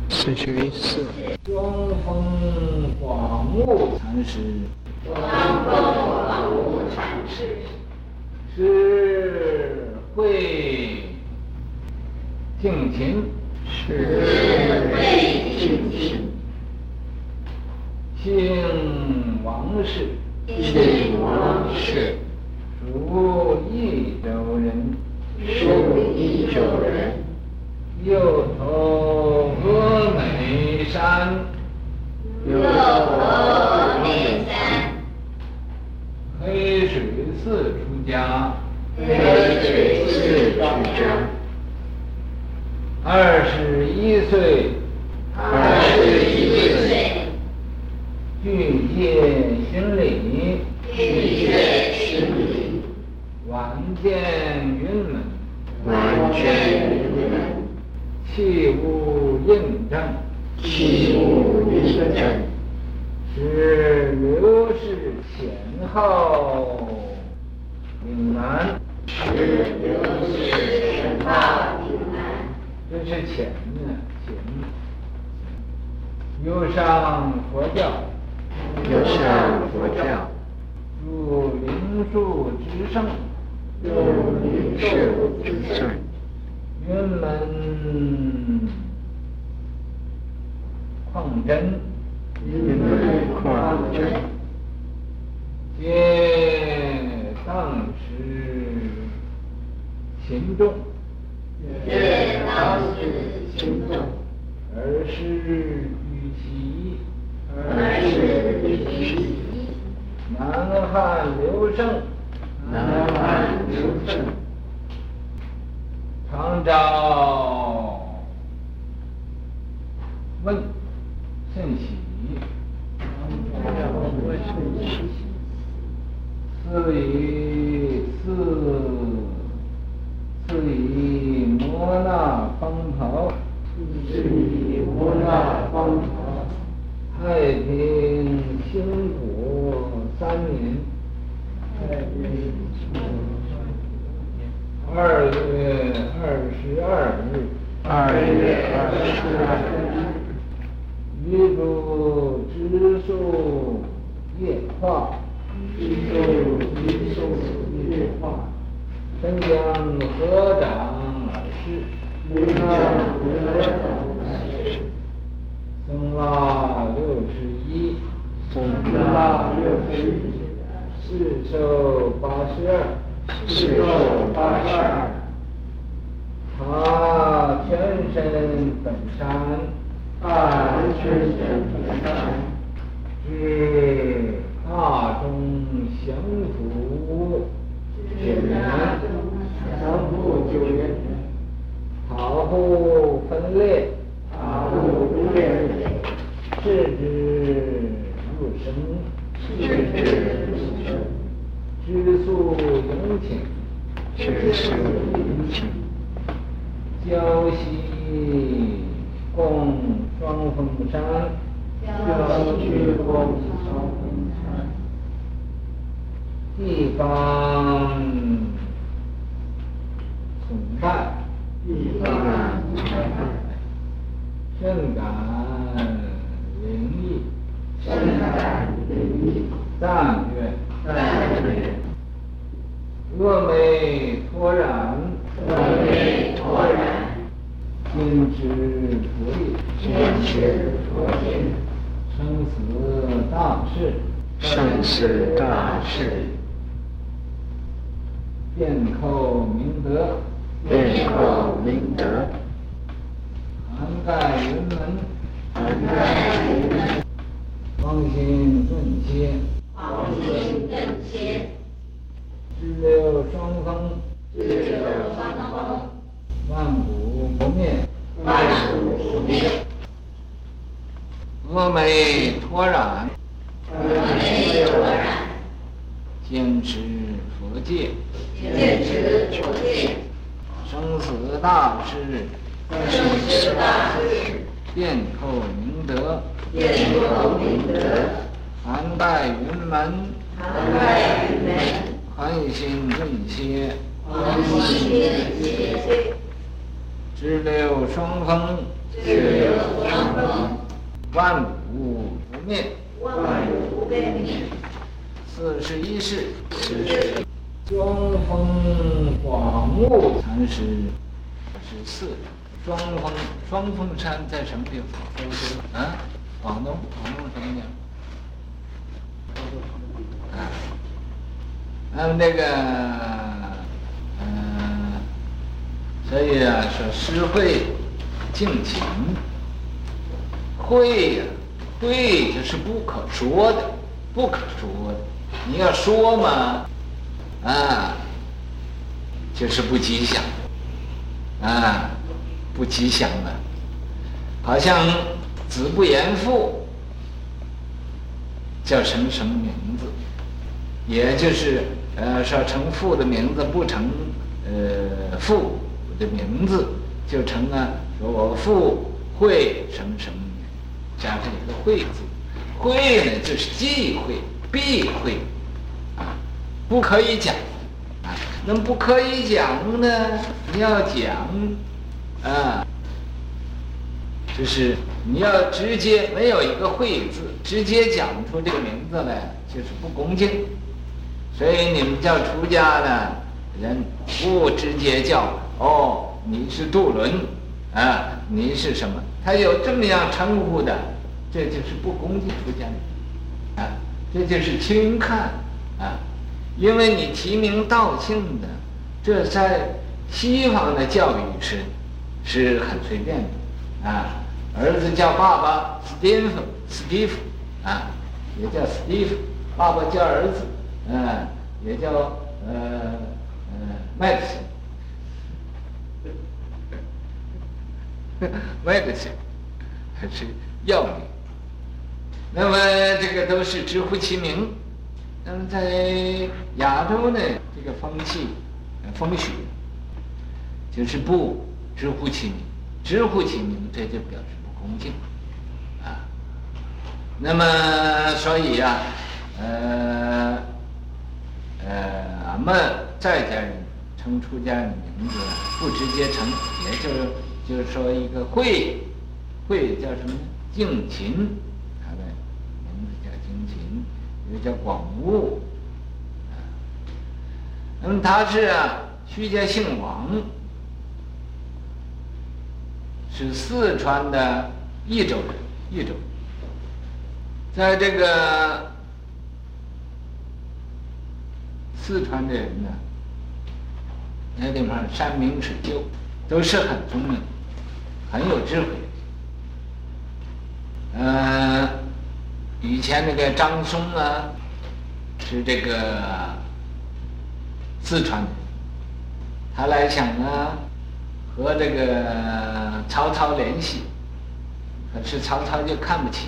44。 装风广物禅师，是会听琴，姓王氏，属益州人，右头峨眉山，黑水寺出家，21岁，具业巡礼，晚见云门，器物印证，是刘氏前号岭南，这是前呢，右上佛教，入灵树之圣，云门旷真，皆当时勤重，而是与其南汉刘胜，常召问甚喜，赐以摩那方袍，太平兴国3年2月22日，余主知数夜化，申江合掌而逝，僧腊61，世寿82。他全身本山，至大中降伏9年，塔户分裂，置之入生，知宿迎请，胶西供双峰山，地方崇拜，深感灵异，赞曰：峨眉托然，坚持佛业，生死大事，遍扣明德，涵盖云门，方心顿歇，支流双峰，万古不灭，峨眉托然，坚持佛戒，生死大事，遍扣明德，涵盖云门，宽心顿歇，支直流双峰，万物不灭，41世，双峰广目禅师14。双峰山在什么地方？啊，广东什么地方？啊，那么所以啊，说诗会敬情，会就是不可说的，你要说嘛，就是不吉祥，不吉祥了，好像子不言父，叫什么名字，也就是说成父的名字不成父的名字，就成说我父会什么，加上一个会字，会呢就是忌讳避讳不可以讲那么不可以讲呢，你要讲就是你要直接没有一个会字，直接讲出这个名字来，就是不恭敬。所以你们叫出家的人不直接叫你是杜伦你是什么？他有这么样称呼的，这就是不恭敬出家人这就是轻看因为你提名道姓的，这在西方的教育是很随便的儿子叫爸爸史蒂夫也叫史蒂夫，爸爸叫儿子也叫麦克逊还是要名。那么这个都是直呼其名。那么在亚洲呢，这个风俗就是不直呼其名，直呼其名这就表示不恭敬那么所以俺们在家人称出家人的名字不直接称，也就是说一个会叫什么呢？敬勤，他的名字叫敬勤，又叫广悟那么他是徐家姓王，是四川的益州人，在这个四川的人呢，那地方山明水秀，都是很聪明，很有智慧。以前那个张松是这个四川的，他来想和这个曹操联系，可是曹操就看不起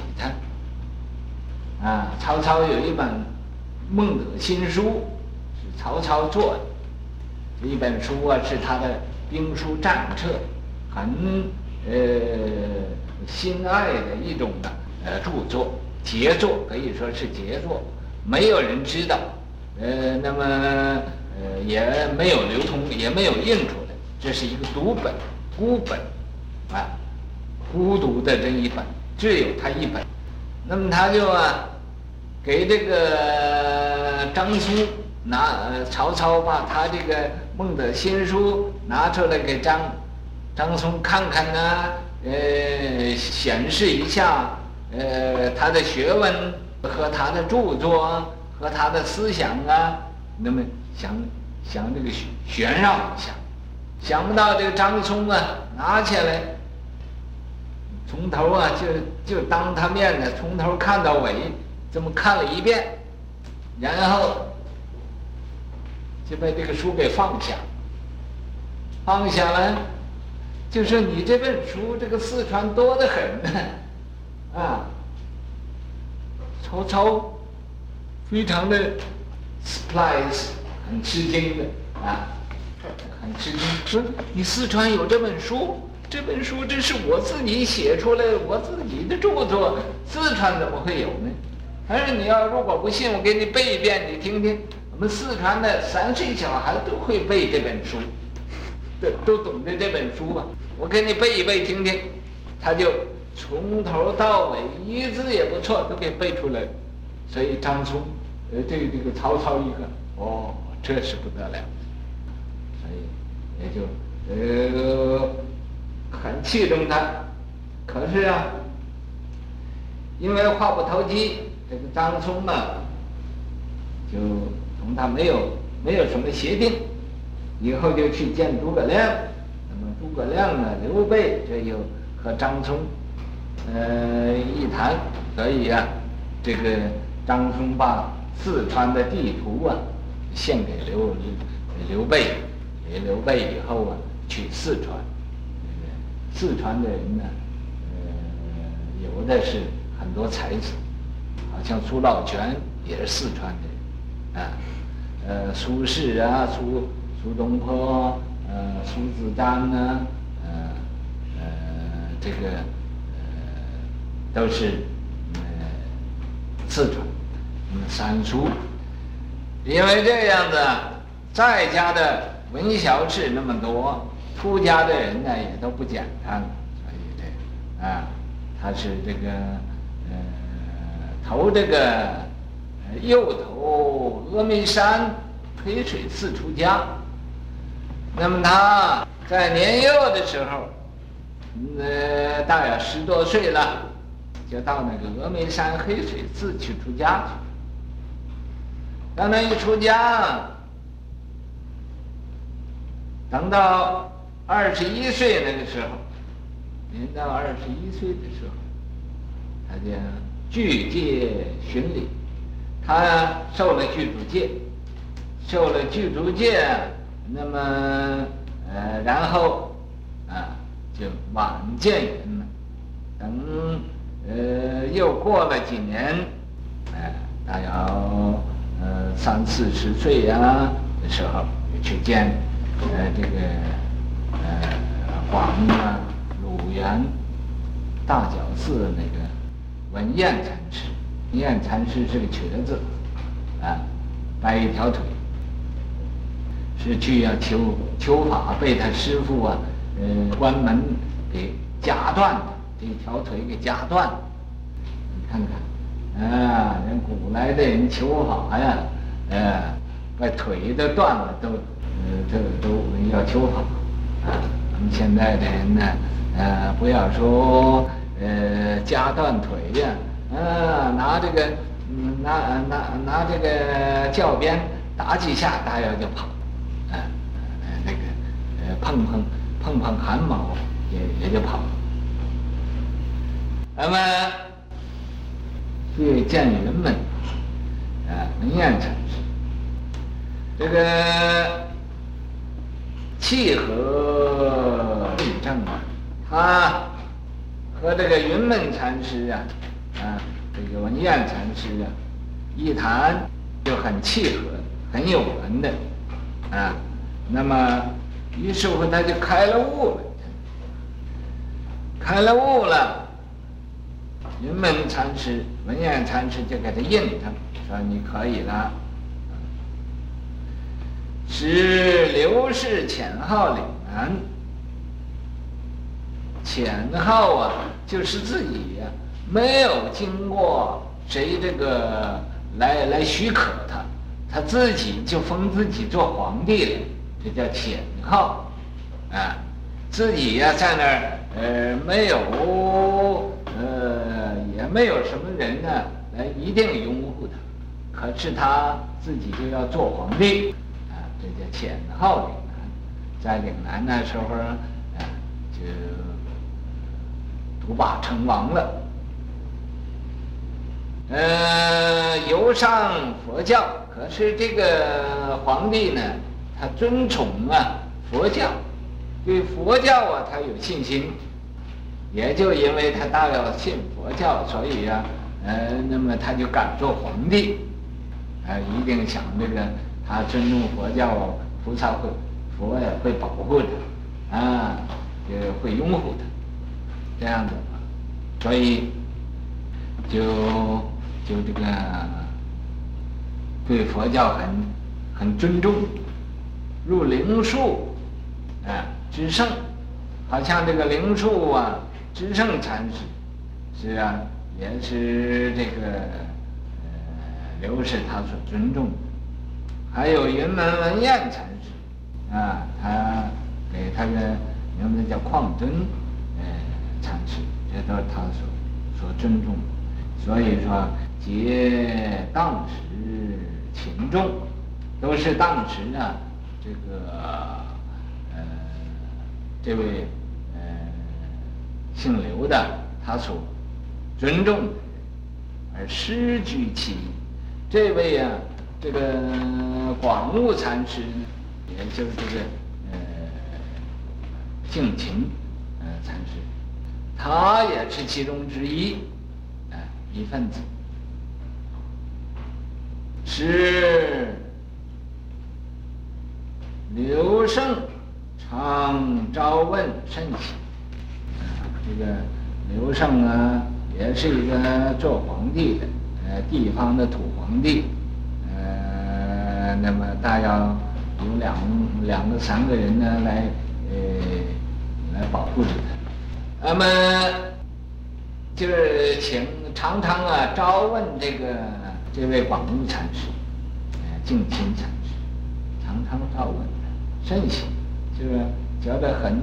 他曹操有一本《孟德新书》，是曹操做的，这一本书是他的兵书战策，很心爱的一种著作，杰作，可以说是杰作，没有人知道，那么也没有流通，也没有印出来，这是一个独本孤本孤独的这一本，只有他一本。那么他就给这个张松曹操把他这个孟德新书拿出来给张松看看显示一下他的学问和他的著作和他的思想那么想这个炫耀一下，想不到这个张松拿起来，从头就当他面的从头看到尾，这么看了一遍，然后就把这个书给放下了，就说你这本书这个四川多得很曹操非常的 surprise， 很吃惊的很吃惊，说你四川有这本书，这是我自己写出来我自己的著作，四川怎么会有呢？但是你要如果不信，我给你背一遍，你听听，我们四川的3岁小孩都会背这本书都懂得这本书吧？我给你背一背听听，他就从头到尾一字也不错，都给背出来。所以张松，这个曹操一看，哦，这是不得了，所以也就很器重他。可是啊，因为话不投机，这个张松啊，就同他没有什么协定，以后就去见诸葛亮。那么诸葛亮呢，刘备这又和张松一谈，所以啊，这个张松把四川的地图啊献给刘备，给刘备以后啊去四川。四川的人呢，有的是很多才子，好像苏老泉也是四川的人啊，苏轼啊，苏东坡，苏子瞻呢，这个都是四川，三苏。因为这样子，在家的文小事那么多，出家的人呢也都不简单，所以这他是这个投这个右投峨眉山黑水寺出家。那么他在年幼的时候，大约10多岁了，就到那个峨眉山黑水寺去出家去。让他一出家，等到21岁那个时候，临到21岁的时候，他就具戒巡礼。他受了具足戒，那么然后就晚见人了。等又过了几年，大约30-40岁的时候，去见这个黄鲁元大觉寺那个文彦禅师。文彦禅师是个瘸子，掰一条腿，是去求法，被他师父关门给夹断的，这一条腿给夹断了。你看看，人古来的人求法呀，把腿都断了，都要求法。我们现在的人呢，不要说夹断腿呀，拿这个拿这个教鞭打几下，大约就跑，那个碰汗毛也就跑。那么去见人们，文彦禅师，这个契合论证啊，他和这个云门禅师这个文彦禅师一谈就很契合，很有缘的那么于是乎他就开了悟了。云门禅师、文彦禅师就给他印证，说你可以了。是刘氏浅号岭南，浅号就是自己没有经过谁这个来许可他自己就封自己做皇帝了，这叫浅号自己在那儿没有也没有什么人呢来一定拥护他，可是他自己就要做皇帝这叫浅号岭南。在岭南那时候就独霸成王了。游上佛教，可是这个皇帝呢，他尊崇佛教，对佛教他有信心，也就因为他大要信佛教，所以那么他就敢做皇帝，一定想这个他尊重佛教，菩萨佛会保护他，也会拥护他，这样子，所以就这个对佛教很尊重。入灵树知圣，好像这个灵树啊，知圣禅师是啊，也是这个刘氏他所尊重的。还有云门文彦禅师啊，他给他的名字叫旷真禅师，这都是他所尊重的。所以说，皆当时秦众，都是当时呢这个这位姓刘的他所尊重的人，而师居其一。这位啊，这个广悟禅师，也就是这个姓秦禅师，他也是其中之一，一份子。是刘胜常招问甚喜。这个刘胜啊，也是一个做皇帝的，地方的土皇帝，那么大要有两个三个人呢来保护着他。那么就是常常啊招问这位广悟禅师，净亲禅师，常常招问他，甚喜，就是觉得很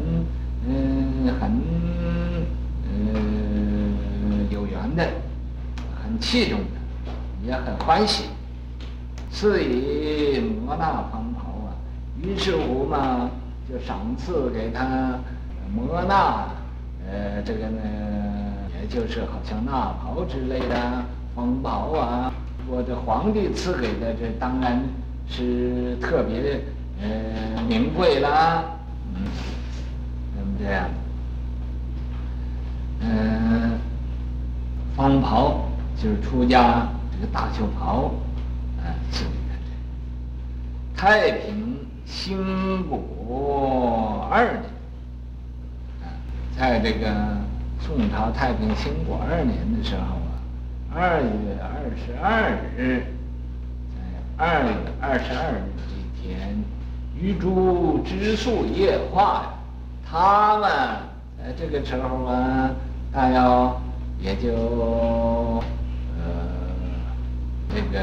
有缘的，很器重的，也很欢喜。赐以摩纳方袍啊，于是乎嘛，就赏赐给他摩纳，这个呢，也就是好像纳袍之类的方袍啊。我这皇帝赐给的，这当然是特别的名贵啦，那么这样，方袍就是出家这个大袖袍，赐给他这。太平兴国2年，在这个宋朝太平兴国2年的时候啊，2月22日，在2月22日这天，余诸知宿夜化呀，他们在这个时候啊，大约也就这个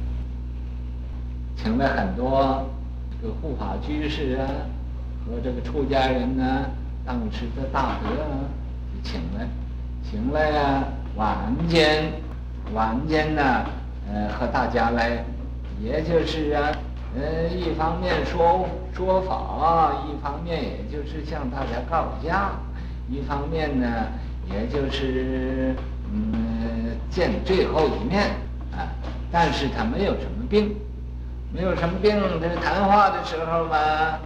请了很多这个护法居士啊和这个出家人呢，当时的大德啊，就请来呀，晚间呢，和大家来，也就是啊，一方面说法，一方面也就是向大家告假，一方面呢，也就是见最后一面啊。但是他没有什么病，这个谈话的时候嘛，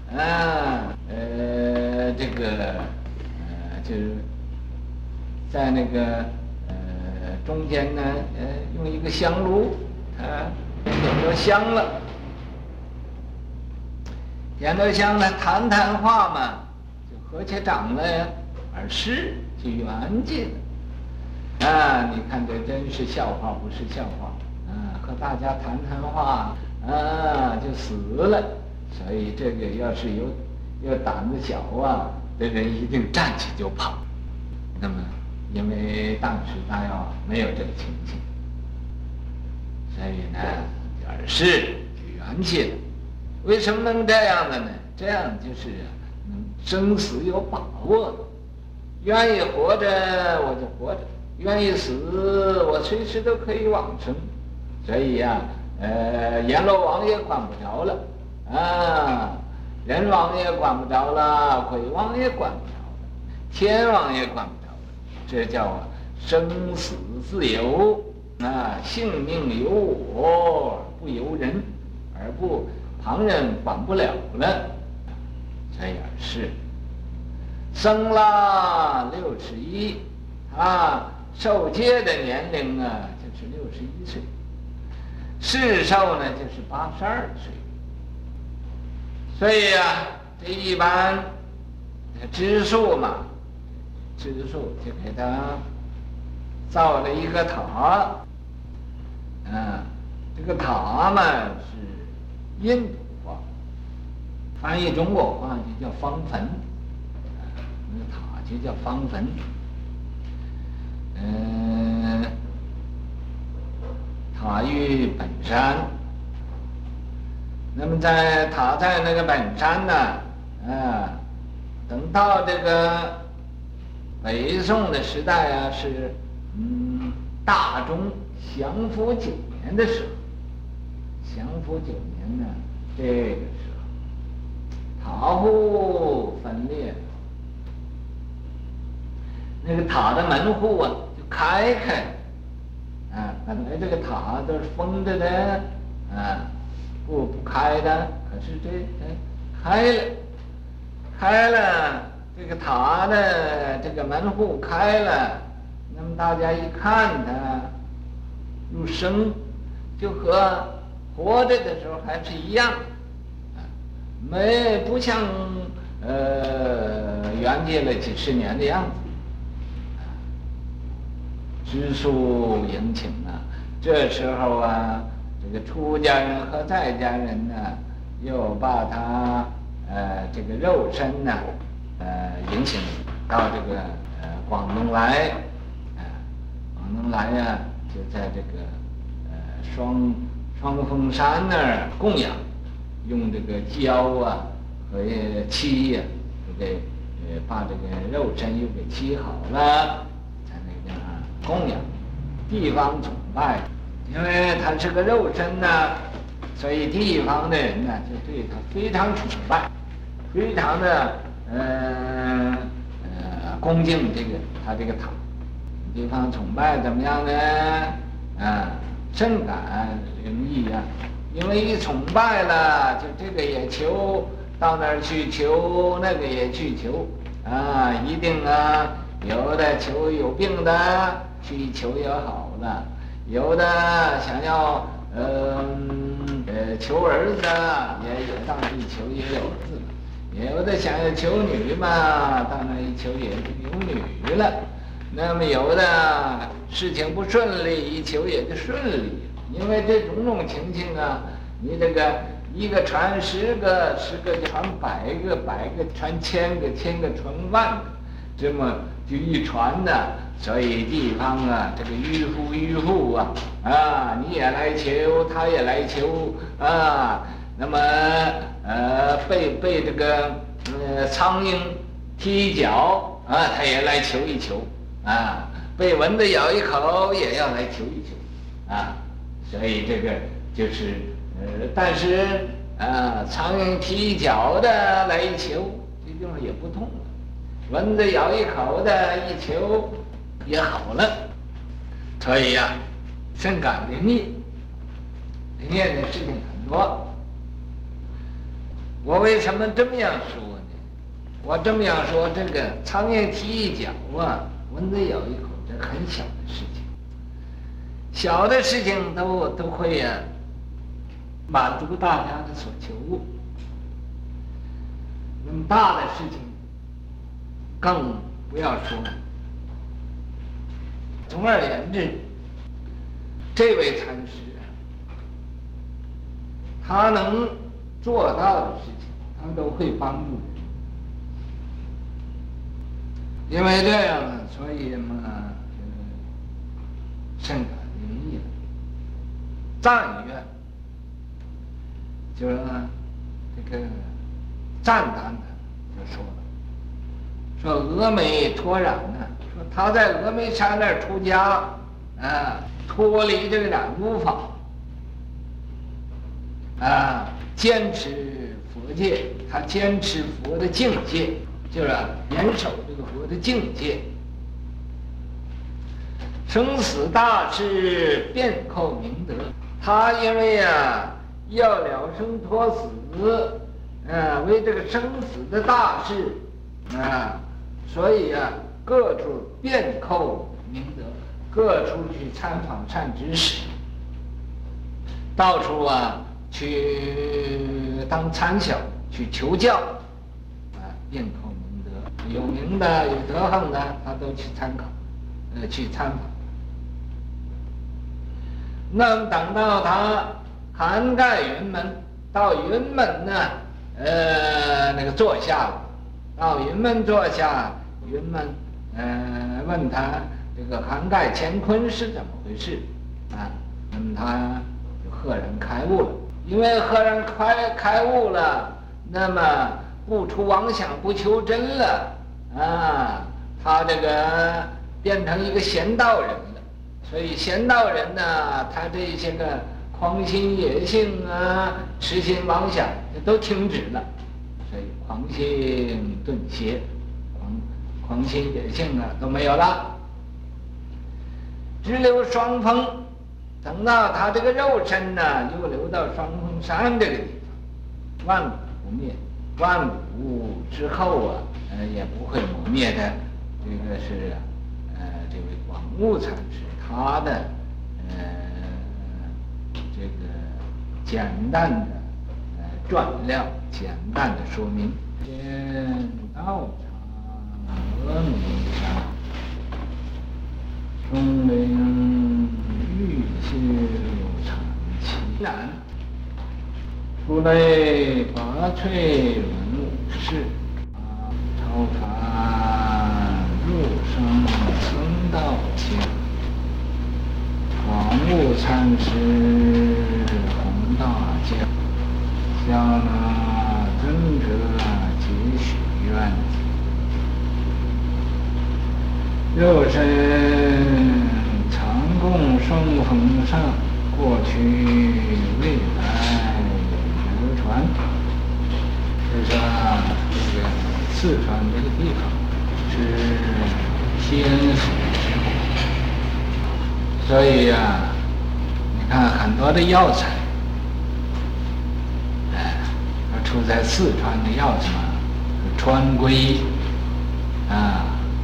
这个就是在那个中间呢，用一个香炉，点着香了，谈话嘛，就和气长了呀，而事就圆寂了。你看这真是笑话，不是笑话。和大家谈话，就死了。所以这个要是有胆子小啊的人，一定站起就跑。那么，因为当时大要没有这个情形，所以呢，而事就圆寂了。为什么能这样的呢？这样就是能生死有把握，愿意活着我就活着，愿意死我随时都可以往生。所以呀，阎罗王也管不着了，人王也管不着了，鬼王也管不着了，天王也管不着了。这叫生死自由，性命由我不由人，而不旁人管不了了。这样是生了61，受戒的年龄啊就是61岁。世寿呢就是82岁，所以这一般知宿嘛，知宿就给他造了一个塔，这个塔嘛是印度画， 翻译中国话就叫方坟，那个塔就叫方坟。塔于本山。那么塔在那个本山呢，等到这个北宋的时代啊，是大中祥符9年的时候，祥符9年呢，这个时候塔户分裂，那个塔的门户啊就开，本来这个塔都是封着的，不开的，可是这开了，这个塔的这个门户开了，那么大家一看它入生，就和活着的时候还是一样，不像圆寂了几十年的样子。知书迎请啊，这时候啊，这个出家人和在家人呢，又把他这个肉身呢，迎请到这个广东来，广东来呀，就在这个双峰山那儿供养，用这个胶啊和漆呀，就给把这个肉身又给漆好了。供养，地方崇拜，因为他是个肉身呢，所以地方的人呢就对他非常崇拜，非常的恭敬他这个塔。地方崇拜怎么样呢？甚感灵异啊！因为一崇拜了，就这个也求，到那儿去求，那个也去求一定啊，有的求有病的。去求也好了，有的想要求儿子也到那一求也有儿子了，有的想要求女嘛，到那一求也有女了。那么有的事情不顺利，一求也就顺利。因为这种情形啊，你这个一个传10个，10个就传100个，100个传1000个，1000个传10000个，这么就一传呢。所以地方啊，这个迂腐啊，你也来求，他也来求啊。那么被这个苍蝇踢脚啊，他也来求一求啊。被蚊子咬一口也要来求一求啊。所以这个就是但是苍蝇踢脚的来一求，这地方也不痛了。蚊子咬一口的一求。也好了，所以呀，深感灵异，灵验的事情很多。我为什么这么样说呢？我这么样说，这个苍蝇踢一脚啊，蚊子咬一口，这很小的事情，小的事情都会呀，满足大家的所求。那么大的事情，更不要说。总而言之，这位禅师他能做到的事情，他都会帮助人。因为这样呢，所以嘛，甚感灵异了。赞愿就是这个赞叹的就说了，说峨眉托染呢。他在峨眉山那儿出家，脱离这个染污法，坚持佛戒，他坚持佛的境界，就是严守这个佛的境界。生死大事遍扣明德，他因为要了生脱死，为这个生死的大事，所以各处遍扣明德，各处去参访善知识，到处去当参晓，去求教，遍扣明德，有名的有德行的，他都去参考，去参访。那么等到他涵盖云门，到云门呢， 那个坐下了，到云门坐下，云门问他这个涵盖乾坤是怎么回事啊？那么他就赫然开悟了，因为赫然开悟了，那么不出妄想不求真了啊，他这个变成一个贤道人了。所以贤道人呢，他这些个狂心野性啊、痴心妄想都停止了，所以狂心顿歇，狂心野性啊都没有了。只留双峰，等到他这个肉身呢，又流到双峰山这个地方，万古不灭，万古之后啊，也不会磨灭的。这个是这位广悟禅师他的这个简单的撰料，简单的说明。天道场峨眉山，钟灵玉秀长奇难，出类拔萃文武士，超凡入生僧道境，广悟禅师弘大教，笑纳尊者皆许愿，肉身常供双峰上，过去未来流传。就是说这个四川这个地方是西恩府，所以呀，你看很多的药材，出在四川的药什么川归啊，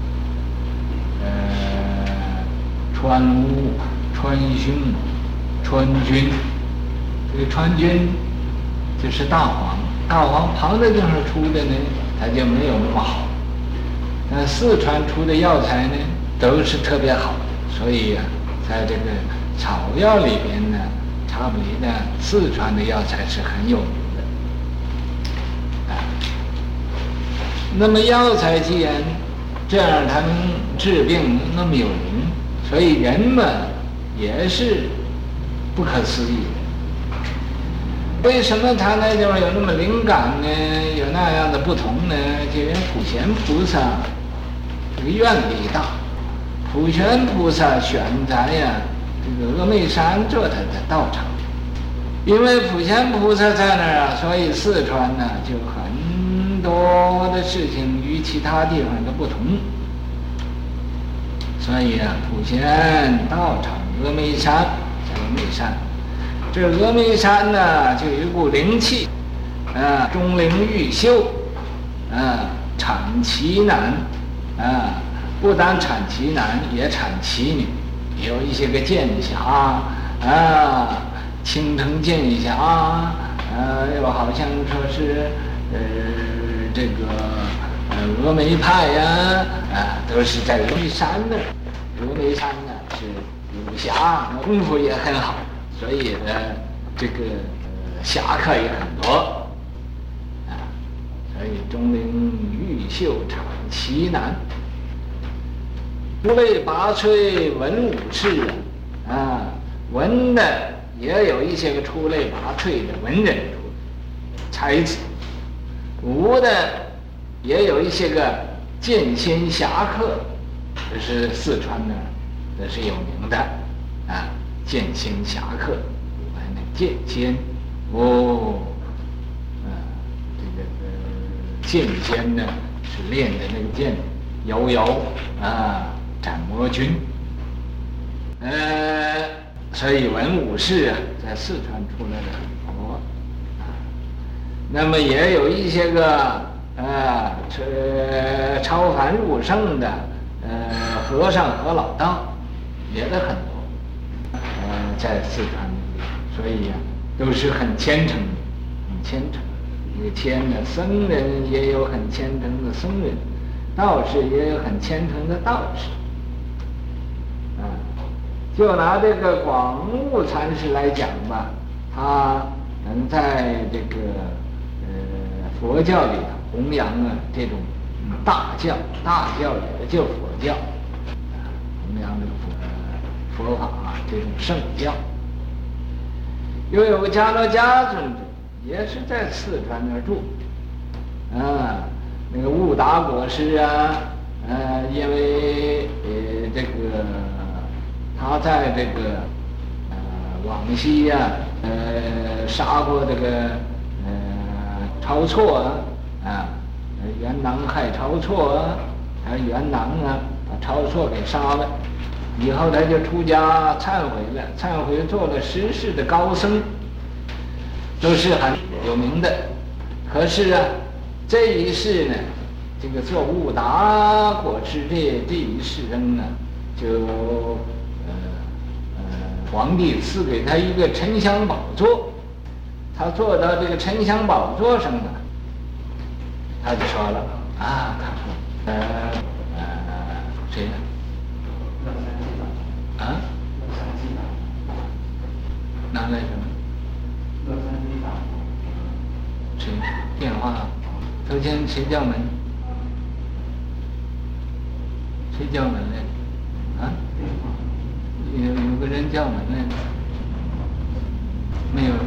川乌、川芎、川菌。这个川菌就是大黄，大黄旁的地方出的呢，它就没有那么好。但四川出的药材呢，都是特别好的，所以在这个草药里边呢，差不离的四川的药材是很有名的。那么药材既然这样，它能治病那么有名，所以人们也是不可思议的。为什么他那地方有那么灵感呢？有那样的不同呢？就因为普贤菩萨这个愿力大，普贤菩萨选在这个峨眉山做他的道场。因为普贤菩萨在那儿所以四川呢就很多的事情与其他地方的不同。所以普贤道场峨眉山，峨眉山。这峨眉山呢，就有一股灵气，钟灵毓秀，产奇男，不但产奇男，也产奇女，有一些个剑侠，青城剑侠，又好像说是，这个峨眉派呀，都是在峨眉山的。峨眉山呢是武侠功夫也很好。所以呢，这个侠客也很多，所以钟灵毓秀产奇男，出类拔萃文武士文的也有一些个出类拔萃的文人才子，武的也有一些个剑仙侠客，这是四川呢，这是有名的剑仙侠客，剑仙这个剑仙呢是练的那个剑，摇摇斩魔君，所以文武士在四川出来的很多那么也有一些个超凡入圣的和尚和老道，也的很多。在四川，所以都是很虔诚的，很虔诚。这个天呢，僧人也有很虔诚的僧人，道士也有很虔诚的道士。就拿这个广悟禅师来讲吧，他能在这个佛教里弘扬这种大教也就佛教，弘扬这个佛法这种圣教。又有迦罗迦尊者，也是在四川那儿住，那个悟达国师因为这个他在这个往昔杀过这个晁错元囊害晁错还是元囊把晁错给杀了。以后他就出家忏悔了，忏悔做了10世的高僧，都是很有名的。可是这一世呢，这个做悟达国师这一世人就皇帝赐给他一个沉香宝座，他坐到这个沉香宝座上他就说了他说谁呢？拿来什么？谁？电话？头先谁叫门？谁叫门来？有个人叫门来？没有。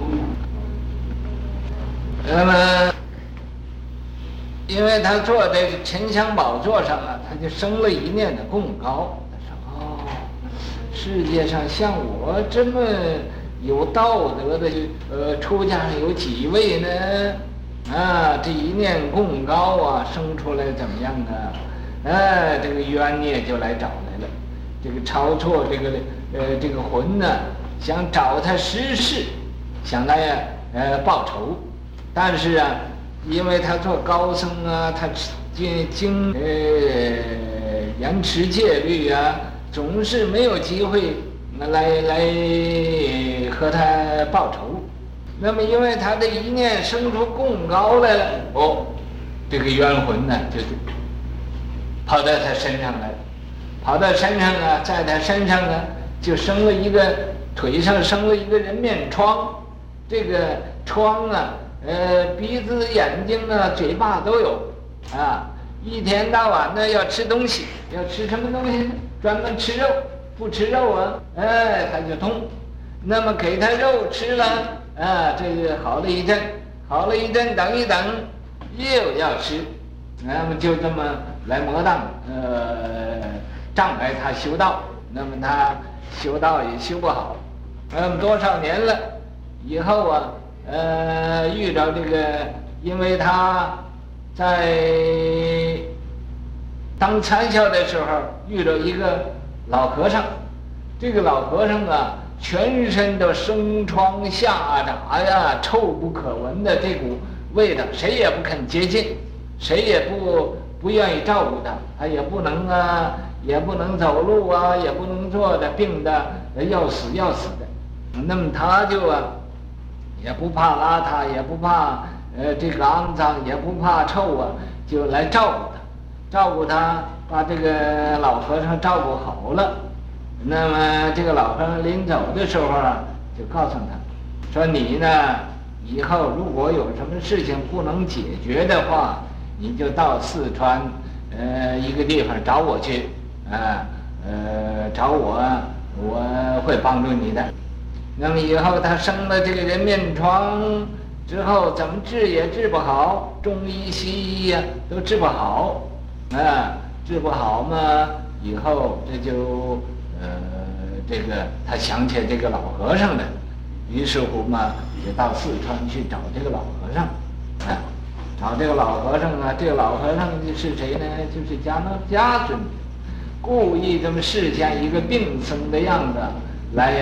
那么，因为他坐在沉香宝座上他就生了一念的贡高。世界上像我这么有道德的出家人有几位呢？这一念贡高生出来怎么样这个冤孽就来找来了。这个晁错这个魂想找他10世，想来报仇，但是因为他做高僧他经严持戒律总是没有机会来和他报仇。那么因为他的一念生出贡高来了，这个冤魂就跑到他身上来了，跑到身上在他身上就生了一个腿上生了一个人面疮。这个疮鼻子眼睛嘴巴都有一天到晚要吃东西，要吃什么东西呢？专门吃肉，不吃肉他就痛。那么给他肉吃了这个好了一阵，等一等又要吃，那么就这么来磨当障碍他修道。那么他修道也修不好，那么多少年了以后遇着这个，因为他在当参校的时候遇到一个老和尚，这个老和尚全身都生疮下杂臭不可闻的这股味道，谁也不肯接近，谁也不愿意照顾他也不能走路也不能坐的，病的要死的。那么他就也不怕邋遢，也不怕这个肮脏，也不怕臭就来照顾他，把这个老和尚照顾好了。那么这个老和尚临走的时候就告诉他说，你呢以后如果有什么事情不能解决的话，你就到四川一个地方找我去找我会帮助你的。那么以后他生了这个人面疮之后，怎么治也治不好，中医西医都治不好治不好嘛，以后这就这个他想起这个老和尚来，于是乎嘛就到四川去找这个老和尚找这个老和尚这个老和尚是谁呢？就是迦那迦尊者，故意这么示现一个病僧的样子来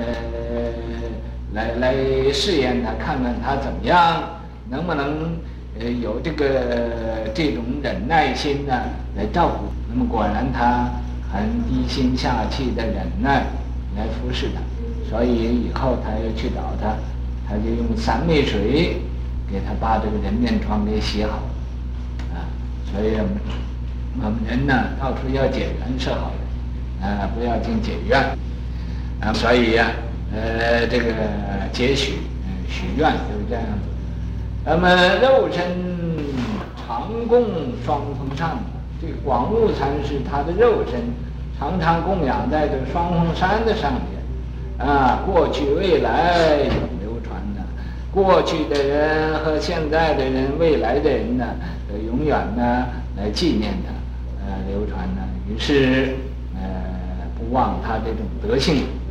来试验他，看看他怎么样，能不能有这种忍耐心来照顾。那么果然他很低心下气的忍耐来服侍他，所以以后他又去找他，他就用三昧水给他把这个人面疮给洗好所以我们人到处要解缘是好的不要净解怨所以这个结许愿就是这样子那么肉身常供双峰上，这广悟禅师他的肉身常常供养在这双峰山的上面，过去未来流传的，过去的人和现在的人，未来的人呢，永远呢来纪念他，流传呢，于是不忘他这种德性。